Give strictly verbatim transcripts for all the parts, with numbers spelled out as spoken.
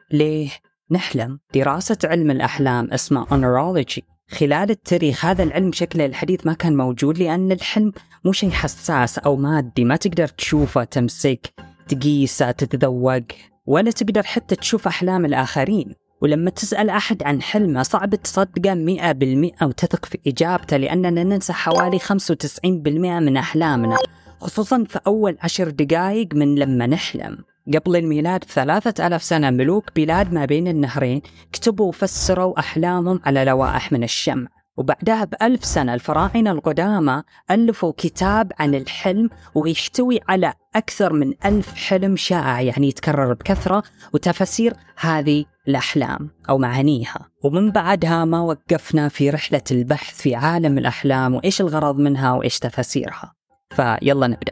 ليه نحلم؟ دراسة علم الأحلام اسمه أونرولوجي. خلال التاريخ هذا العلم بشكله الحديث ما كان موجود، لأن الحلم مو شيء حساس أو مادي، ما تقدر تشوفه، تمسك، تقيسه، تتذوق، ولا تقدر حتى تشوف أحلام الآخرين. ولما تسأل أحد عن حلمه صعب تصدقه مئة بالمئة وتثق في إجابته، لأننا ننسى حوالي خمسة وتسعين بالمئة من أحلامنا، خصوصاً في أول عشر دقائق من لما نحلم. قبل الميلاد بثلاثة ألاف سنة ملوك بلاد ما بين النهرين كتبوا وفسروا أحلامهم على لوائح من الشمع، وبعدها بألف سنة الفراعنة القدامى ألفوا كتاب عن الحلم ويحتوي على أكثر من ألف حلم شائع، يعني يتكرر بكثرة، وتفسير هذه الأحلام أو معانيها. ومن بعدها ما وقفنا في رحلة البحث في عالم الأحلام وإيش الغرض منها وإيش تفسيرها. فيلا نبدأ.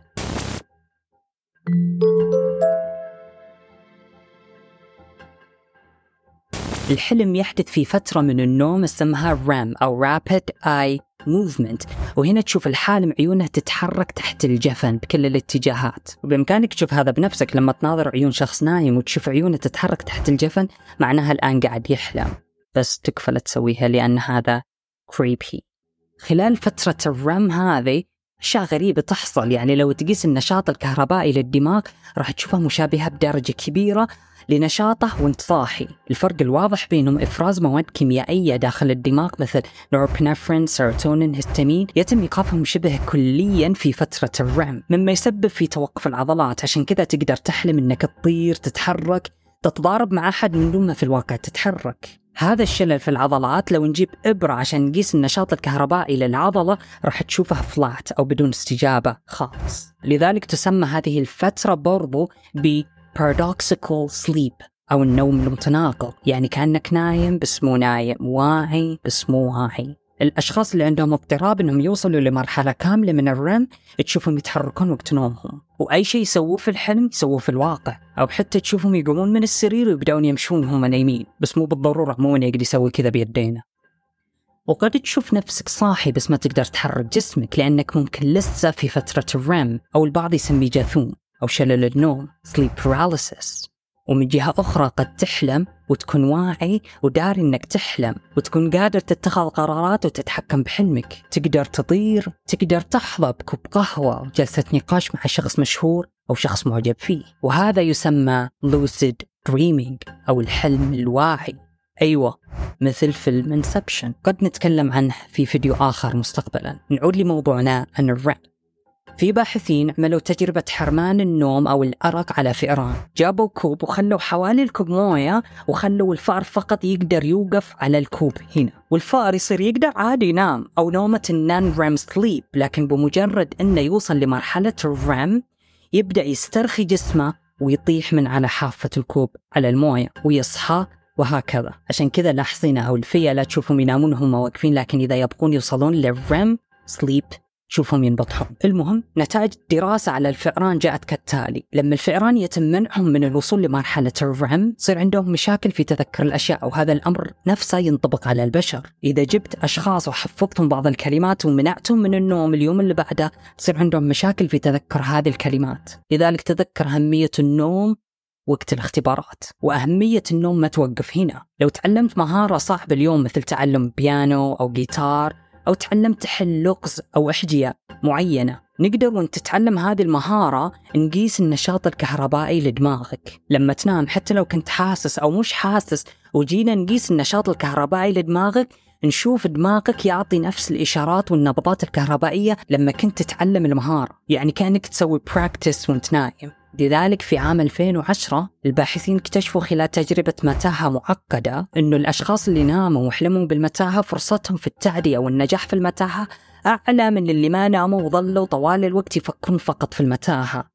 الحلم يحدث في فترة من النوم اسمها رام أو Rapid Eye Movement، وهنا تشوف الحالم عيونه تتحرك تحت الجفن بكل الاتجاهات، وبإمكانك تشوف هذا بنفسك لما تناظر عيون شخص نايم وتشوف عيونه تتحرك تحت الجفن، معناها الآن قاعد يحلم، بس تكفل تسويها لأن هذا creepy. خلال فترة الرام هذه أشياء غريبة تحصل، يعني لو تقيس النشاط الكهربائي للدماغ راح تشوفها مشابهة بدرجة كبيرة لنشاطه وانت صاحي. الفرق الواضح بينهم إفراز مواد كيميائية داخل الدماغ مثل نورابينفرين، سيروتونين، هيستامين، يتم إيقافهم شبه كليا في فترة الرام، مما يسبب في توقف العضلات. عشان كذا تقدر تحلم إنك تطير، تتحرك، تتضارب مع أحد من دون ما في الواقع تتحرك. هذا الشلل في العضلات لو نجيب إبرة عشان نقيس النشاط الكهربائي للعضلة راح تشوفها فلات أو بدون استجابة خالص. لذلك تسمى هذه الفترة برضو ب paradoxical sleep أو النوم المتناقض، يعني كأنك نايم بس مو نايم، واعي بس مو واعي. الأشخاص اللي عندهم اضطراب إنهم يوصلوا لمرحلة كاملة من الرم تشوفهم يتحركون وقت نومهم، وأي شيء يسووه في الحلم يسووه في الواقع، أو حتى تشوفهم يقومون من السرير ويبدأون يمشون وهم نايمين، بس مو بالضرورة مو يقدر يسوي كذا بيدينا. وقد تشوف نفسك صاحي بس ما تقدر تحرك جسمك لأنك ممكن لسه في فترة الرم، أو البعض يسميه جاثوم أو شلل النوم sleep paralysis. ومن جهة أخرى قد تحلم وتكون واعي وداري إنك تحلم، وتكون قادر تتخذ قرارات وتتحكم بحلمك، تقدر تطير، تقدر تحظى بكوب قهوة وجلسة نقاش مع شخص مشهور أو شخص معجب فيه، وهذا يسمى lucid dreaming أو الحلم الواعي. أيوة، مثل فيلم Inception، قد نتكلم عنه في فيديو آخر مستقبلا. نعود لموضوعنا عن الرم. في باحثين عملوا تجربة حرمان النوم أو الأرق على فئران، جابوا كوب وخلوا حوالي الكوب موية وخلوا الفأر فقط يقدر يوقف على الكوب هنا، والفأر يصير يقدر عادي ينام أو نومة النان ريم سليب، لكن بمجرد أنه يوصل لمرحلة الريم يبدأ يسترخي جسمه ويطيح من على حافة الكوب على الموية ويصحى، وهكذا. عشان كذا لاحظين أو الفيلة تشوفهم ينامون وهم واقفين، لكن إذا يبقون يوصلون للريم سليب شوفهم ينبطحون. المهم، نتائج الدراسة على الفئران جاءت كالتالي: لما الفئران يتم منعهم من الوصول لمرحلة الرم يصير عندهم مشاكل في تذكر الأشياء، وهذا الأمر نفسه ينطبق على البشر. إذا جبت أشخاص وحفظتهم بعض الكلمات ومنعتهم من النوم اليوم اللي بعده يصير عندهم مشاكل في تذكر هذه الكلمات. لذلك تذكر أهمية النوم وقت الاختبارات، وأهمية النوم ما توقف هنا. لو تعلمت مهارة صعبة اليوم مثل تعلم بيانو أو جيتار، أو تعلمت تحل لغز أو أحجية معينة، نقدر وانت تتعلم هذه المهارة نقيس النشاط الكهربائي لدماغك. لما تنام حتى لو كنت حاسس أو مش حاسس وجينا نقيس النشاط الكهربائي لدماغك، نشوف دماغك يعطي نفس الإشارات والنبضات الكهربائية لما كنت تتعلم المهارة، يعني كأنك تسوي براكتس وانت نايم. لذلك في عام ألفين وعشرة الباحثين اكتشفوا خلال تجربة متاهة معقدة أنه الأشخاص اللي ناموا وحلموا بالمتاهة فرصتهم في التعدية والنجاح في المتاهة أعلى من اللي ما ناموا وظلوا طوال الوقت يفكرون فقط في المتاهة،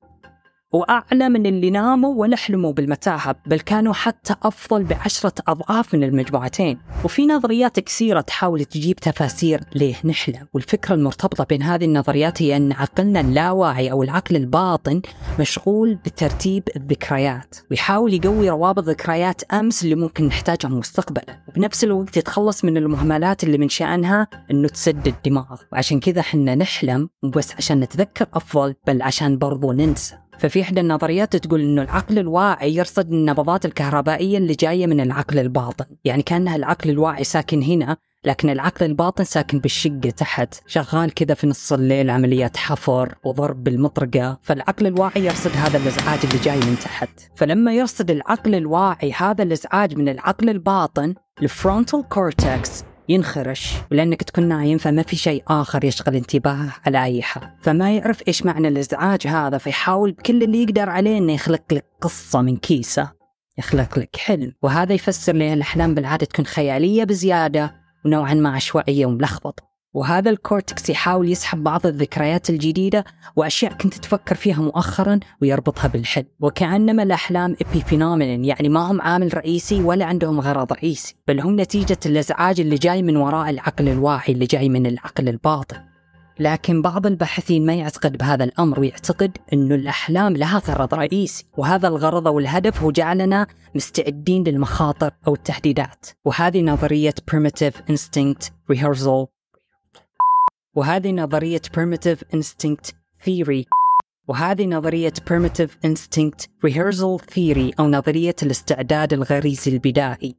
وأعلى من اللي ناموا ولا حلموا بالمتاهة، بل كانوا حتى أفضل بعشرة أضعاف من المجموعتين. وفي نظريات كثيرة تحاول تجيب تفاسير ليه نحلم، والفكرة المرتبطة بين هذه النظريات هي أن عقلنا اللاواعي أو العقل الباطن مشغول بترتيب الذكريات، ويحاول يقوي روابط ذكريات أمس اللي ممكن نحتاجها مستقبلا، وبنفس الوقت يتخلص من المهملات اللي من شأنها أنه تسد الدماغ. وعشان كذا حنا نحلم مو بس عشان نتذكر أفضل، بل عشان برضو ننسى. ففي إحدى النظريات تقول إنه العقل الواعي يرصد النبضات الكهربائية اللي جاية من العقل الباطن، يعني كأنها العقل الواعي ساكن هنا لكن العقل الباطن ساكن بالشقة تحت، شغال كذا في نص الليل عمليات حفر وضرب بالمطرقة، فالعقل الواعي يرصد هذا الإزعاج اللي جاي من تحت. فلما يرصد العقل الواعي هذا الإزعاج من العقل الباطن، الفرونتال كورتكس ينخرش، ولأنك تكون نايم فما في شيء آخر يشغل انتباهه على أي حال، فما يعرف إيش معنى الإزعاج هذا، فيحاول بكل اللي يقدر عليه إنه يخلق لك قصة من كيسة، يخلق لك حلم. وهذا يفسر ليه الأحلام بالعادة تكون خيالية بزيادة ونوعا ما عشوائية وملخبطة. وهذا الكورتكس يحاول يسحب بعض الذكريات الجديدة وأشياء كنت تفكر فيها مؤخرا ويربطها بالحلم، وكأنما الأحلام إبيفينومينين، يعني ما هم عامل رئيسي ولا عندهم غرض رئيسي، بل هم نتيجة الإزعاج اللي جاي من وراء العقل الواعي اللي جاي من العقل الباطن. لكن بعض الباحثين ما يعتقد بهذا الأمر، ويعتقد أن الأحلام لها غرض رئيسي، وهذا الغرض أو الهدف هو جعلنا مستعدين للمخاطر أو التهديدات. وهذه نظرية primitive instinct rehearsal وهذه نظرية primitive instinct theory وهذه نظرية primitive instinct rehearsal theory أو نظرية الاستعداد الغريزي البدائي.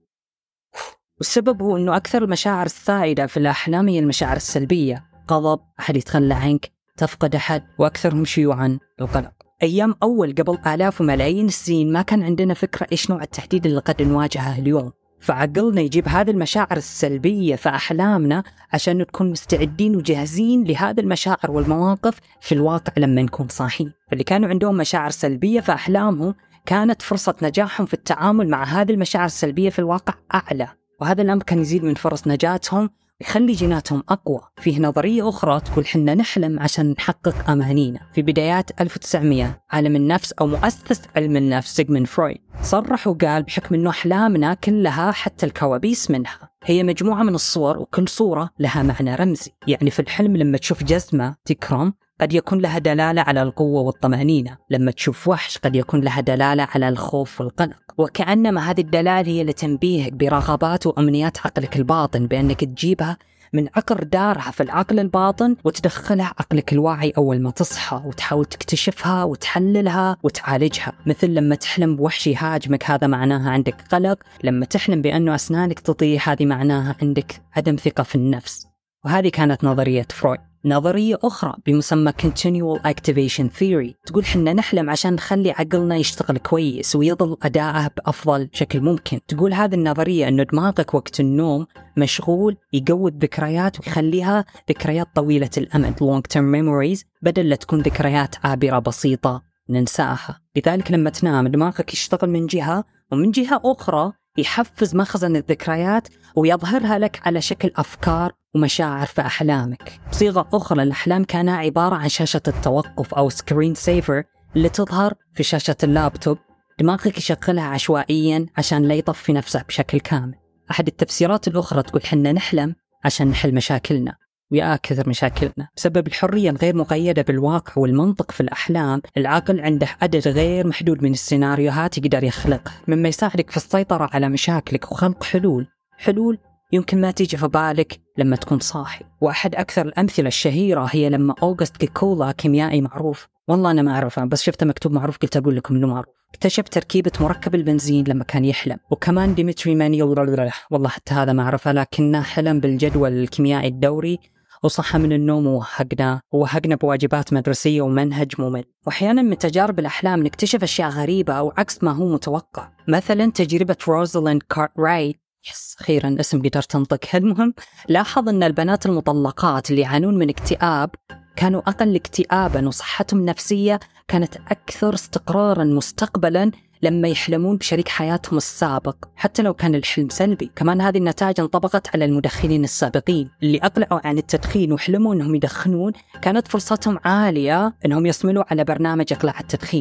والسبب هو أنه أكثر المشاعر السائدة في الأحلام هي المشاعر السلبية، غضب، أحد يتخلى عنك، تفقد أحد، وأكثرهم شيوعاً القلق. أيام أول قبل آلاف وملايين السنين ما كان عندنا فكرة إيش نوع التهديد اللي قد نواجهه اليوم، فعقلنا يجيب هذه المشاعر السلبية في أحلامنا عشان نكون مستعدين وجاهزين لهذه المشاعر والمواقف في الواقع لما نكون صاحين. فاللي كانوا عندهم مشاعر سلبية في أحلامهم كانت فرصة نجاحهم في التعامل مع هذه المشاعر السلبية في الواقع أعلى، وهذا الأمر كان يزيد من فرص نجاتهم ويخلي جيناتهم أقوى. فيه نظرية أخرى تقول حنا نحلم عشان نحقق أمانينا. في بدايات ألف وتسعمية عالم النفس أو مؤسس علم النفس سيغموند فرويد صرح وقال بحكم أنه أحلامنا كلها حتى الكوابيس منها هي مجموعة من الصور، وكل صورة لها معنى رمزي. يعني في الحلم لما تشوف جزمة تكرم قد يكون لها دلالة على القوة والطمأنينة، لما تشوف وحش قد يكون لها دلالة على الخوف والقلق، وكأنما هذه الدلالة هي لتنبيهك برغبات وأمنيات عقلك الباطن بأنك تجيبها من عقر دارها في العقل الباطن وتدخلها عقلك الواعي أول ما تصحى، وتحاول تكتشفها وتحللها وتعالجها. مثل لما تحلم بوحش يهاجمك هذا معناها عندك قلق، لما تحلم بأنه أسنانك تطيح هذه معناها عندك عدم ثقة في النفس. وهذه كانت نظرية فرويد. نظرية أخرى بمسمى Continual Activation Theory تقول حنا نحلم عشان نخلي عقلنا يشتغل كويس ويظل أداءه بأفضل شكل ممكن. تقول هذه النظرية أنه دماغك وقت النوم مشغول يقوي الذكريات ويخليها ذكريات طويلة الأمد Long Term Memories بدل لا تكون ذكريات عابرة بسيطة ننساها. لذلك لما تنام دماغك يشتغل من جهة، ومن جهة أخرى يحفز مخزن الذكريات ويظهرها لك على شكل أفكار ومشاعر في أحلامك. بصيغة أخرى الأحلام كانت عبارة عن شاشة التوقف أو سكرين سيفر اللي تظهر في شاشة اللابتوب، دماغك يشغلها عشوائيا عشان لا يطفي نفسه بشكل كامل. أحد التفسيرات الأخرى تقول حنا نحلم عشان نحل مشاكلنا، ويا كثر مشاكلنا بسبب الحرية الغير مقيدة بالواقع والمنطق في الأحلام. العقل عنده عدد غير محدود من السيناريوهات يقدر يخلقها، مما يساعدك في السيطرة على مشاكلك وخلق حلول حلول يمكن ما تيجي في بالك لما تكون صاحي. وأحد أكثر الأمثلة الشهيرة هي لما أوغست كيكولا، كيميائي معروف، والله أنا ما أعرفه بس شفته مكتوب معروف قلت أقول لكم إنه معروف، اكتشف تركيبة مركب البنزين لما كان يحلم. وكمان ديمتري مانيل، والله حتى هذا ما أعرفه، لكنه حلم بالجدول الكيميائي الدوري وصحى من النوم ووهقنا ووهقنا بواجبات مدرسية ومنهج ممل. وأحيانا من تجارب الأحلام نكتشف أشياء غريبة أو عكس ما هو متوقع. مثلا تجربة روزاليند كارترايت، يس أخيرا اسم قدرت أنطق. المهم لاحظ أن البنات المطلقات اللي يعانون من اكتئاب كانوا أقل اكتئابا وصحتهم النفسية كانت أكثر استقرارا مستقبلا لما يحلمون بشريك حياتهم السابق حتى لو كان الحلم سلبي. كمان هذه النتائج انطبقت على المدخنين السابقين اللي أقلعوا عن التدخين وحلموا أنهم يدخنون، كانت فرصتهم عالية أنهم يصملوا على برنامج إقلاع التدخين.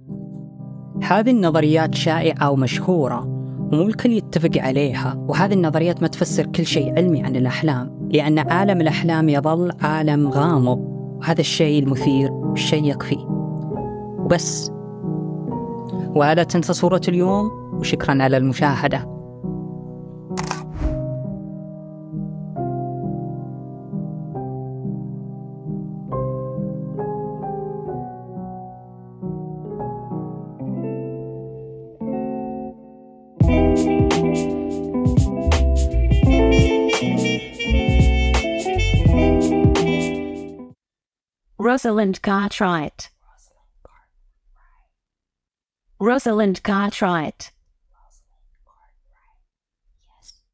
هذه النظريات شائعة ومشهورة ومو الكل يتفق عليها، وهذه النظريات ما تفسر كل شيء علمي عن الأحلام، لأن عالم الأحلام يظل عالم غامض، وهذا الشيء المثير والشيق فيه. وبس، ولا تنسى صورة اليوم، وشكرا على المشاهدة. Rosalind Cartwright. Rosalind Cartwright.